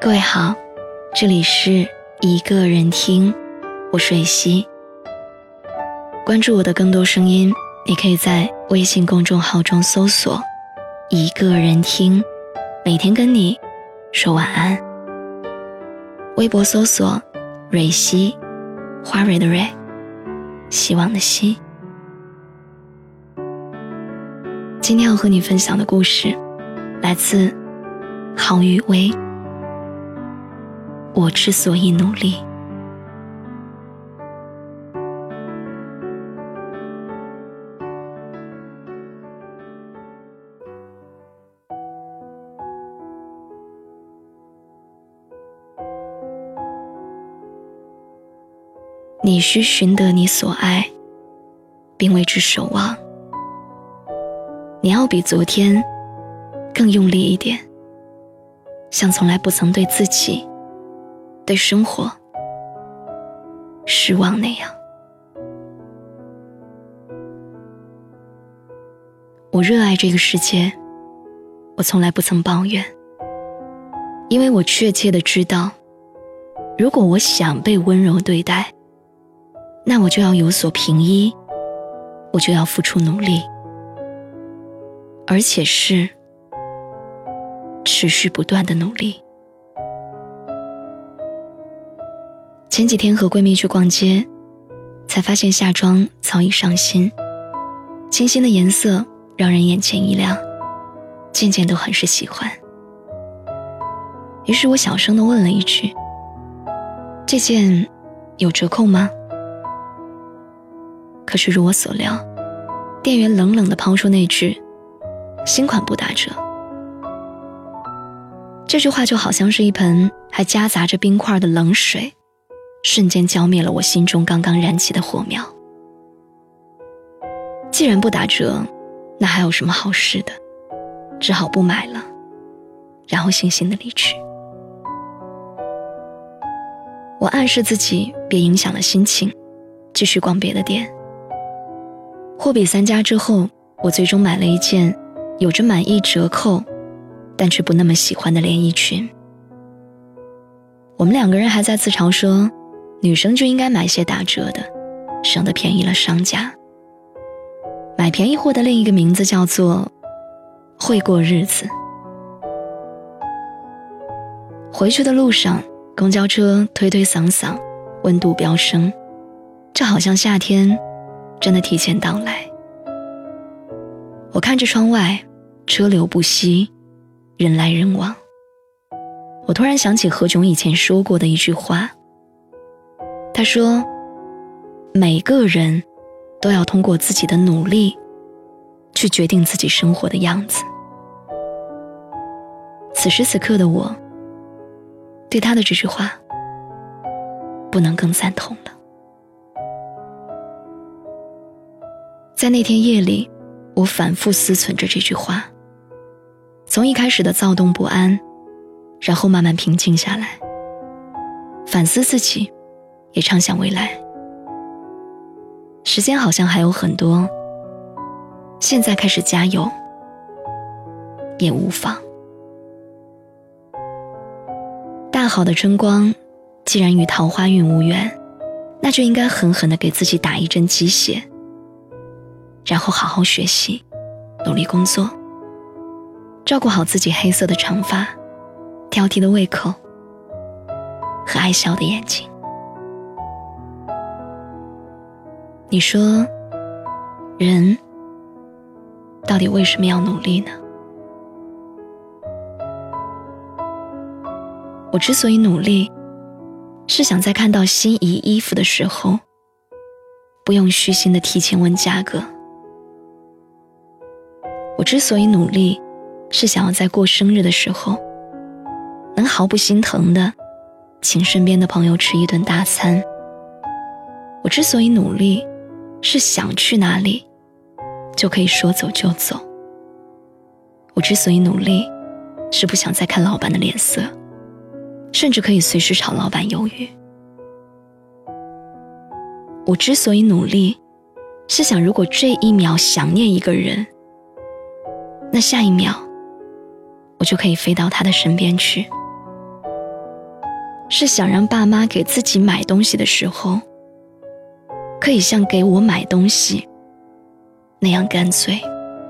各位好，这里是一个人听，我是蕊希。关注我的更多声音，你可以在微信公众号中搜索一个人听，每天跟你说晚安。微博搜索蕊希，花蕊的蕊，希望的希。今天要和你分享的故事来自郝雨薇。我之所以努力，你需寻得你所爱，并为之守望。你要比昨天更用力一点，像从来不曾对自己对生活失望那样。我热爱这个世界，我从来不曾抱怨，因为我确切地知道，如果我想被温柔对待，那我就要有所凭依，我就要付出努力，而且是持续不断的努力。前几天和闺蜜去逛街，才发现夏装早已上新，清新的颜色让人眼前一亮，件件都很是喜欢。于是我小声地问了一句：这件有折扣吗？可是如我所料，店员冷冷地抛出那句新款不打折。这句话就好像是一盆还夹杂着冰块的冷水，瞬间浇灭了我心中刚刚燃起的火苗。既然不打折，那还有什么好事的？只好不买了，然后悻悻地离去。我暗示自己别影响了心情，继续逛别的店。货比三家之后，我最终买了一件有着满意折扣但却不那么喜欢的连衣裙。我们两个人还在自嘲说，女生就应该买些打折的，省得便宜了商家。买便宜货的另一个名字叫做会过日子。回去的路上，公交车推推搡搡，温度飙升，这好像夏天真的提前到来。我看着窗外，车流不息，人来人往。我突然想起何炅以前说过的一句话，他说，每个人都要通过自己的努力去决定自己生活的样子。此时此刻的我，对他的这句话不能更赞同了。在那天夜里，我反复思忖着这句话，从一开始的躁动不安，然后慢慢平静下来，反思自己，也畅想未来。时间好像还有很多，现在开始加油也无妨。大好的春光既然与桃花运无缘，那就应该狠狠地给自己打一针鸡血，然后好好学习，努力工作，照顾好自己黑色的长发，挑剔的胃口和爱笑的眼睛。你说，人到底为什么要努力呢？我之所以努力，是想在看到心仪衣服的时候，不用虚心地提前问价格。我之所以努力，是想要在过生日的时候，能毫不心疼地请身边的朋友吃一顿大餐。我之所以努力，是想去哪里就可以说走就走。我之所以努力，是不想再看老板的脸色，甚至可以随时炒老板鱿鱼。我之所以努力，是想如果这一秒想念一个人，那下一秒我就可以飞到他的身边去。 是想让爸妈给自己买东西的时候，可以像给我买东西那样干脆。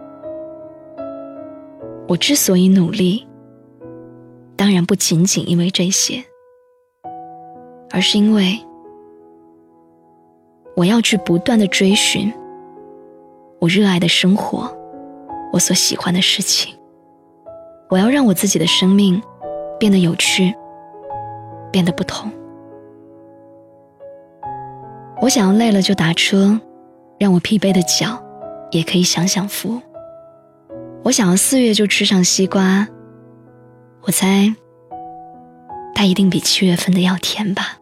我之所以努力，当然不仅仅因为这些，而是因为我要去不断地追寻我热爱的生活，我所喜欢的事情。我要让我自己的生命变得有趣，变得不同。我想要累了就打车，让我疲惫的脚也可以享享福。我想要4月就吃上西瓜，我猜它一定比7月份的要甜吧。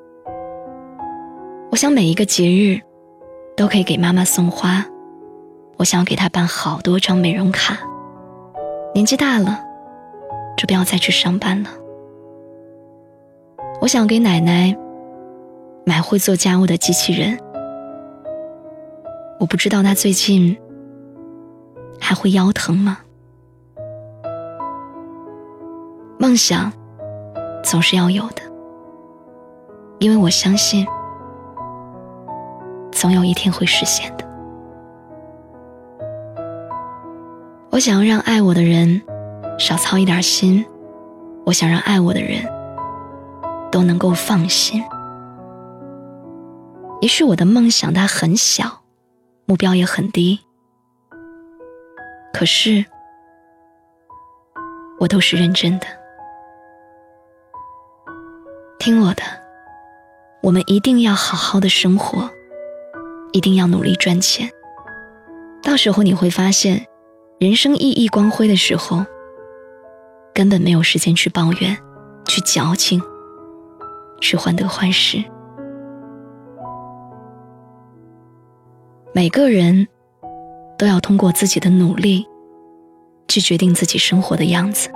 我想每一个节日都可以给妈妈送花，我想要给她办好多张美容卡。年纪大了，就不要再去上班了。我想给奶奶买会做家务的机器人，我不知道她最近还会腰疼吗？梦想总是要有的，因为我相信总有一天会实现的。我想要让爱我的人少操一点心，我想让爱我的人都能够放心。也许我的梦想它很小，目标也很低，可是我都是认真的。听我的，我们一定要好好的生活，一定要努力赚钱。到时候你会发现，人生熠熠光辉的时候，根本没有时间去抱怨，去矫情，去患得患失。每个人都要通过自己的努力去决定自己生活的样子。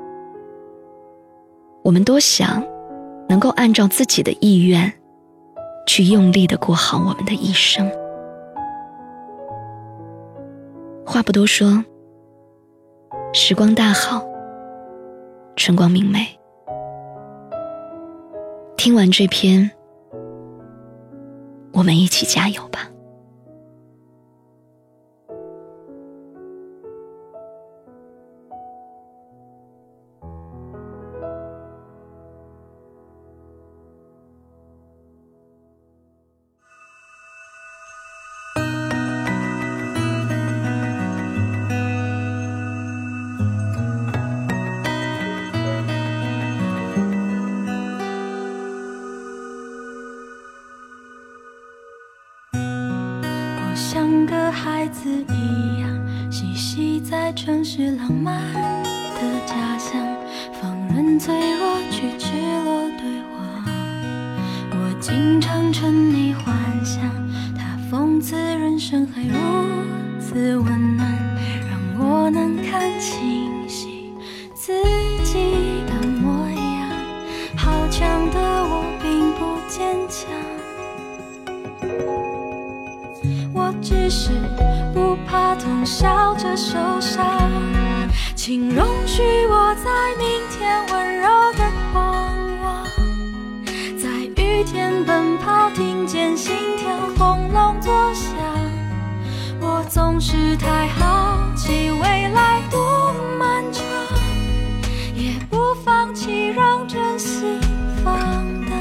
我们多想能够按照自己的意愿去用力地过好我们的一生。话不多说，时光大好，春光明媚。听完这篇，我们一起加油吧。 像个孩子一样，嬉戏在城市浪漫的家乡，放任脆弱去赤裸对话。我经常沉溺幻想，他讽刺人生还如此温暖，让我能看清晰自己的模样。好强的我并不坚强，我只是不怕痛，笑着受伤。请容许我在明天温柔的狂妄，在雨天奔跑，听见心跳轰隆作响。我总是太好奇未来多漫长，也不放弃让真心放大。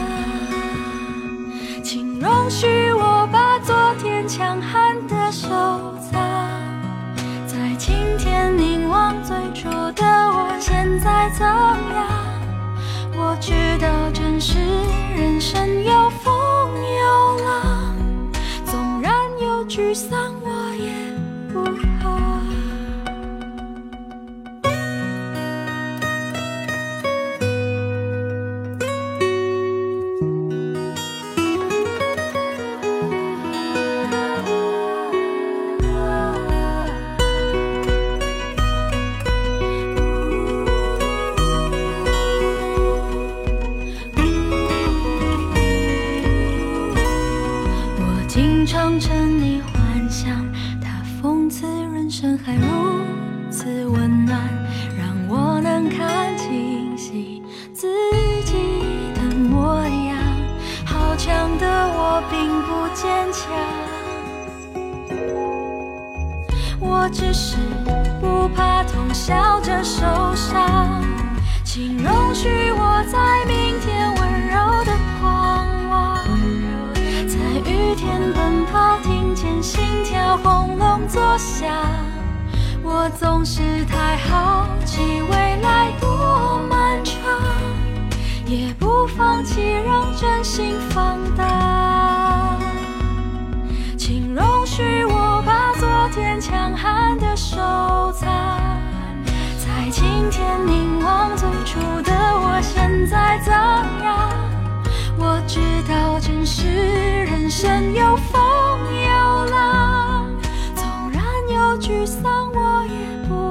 请容许我把昨天强悍的收藏，在晴天凝望最初的我，现在怎样？我知道真实人生有风有浪，纵然有沮丧我也不怕。经常沉溺幻想，他讽刺人生还如此温暖，让我能看清晰自己的我并不坚强，我只是不怕痛，笑着受伤。请容许我在明天温柔的狂妄，在雨天奔跑，听见心跳轰隆作响。我总是太好奇未来多漫长，也不放弃让真心放大。请容许我把昨天强悍的收藏，在今天凝望最初的我现在怎样。我知道真实人生有风有浪，纵然有沮丧我也不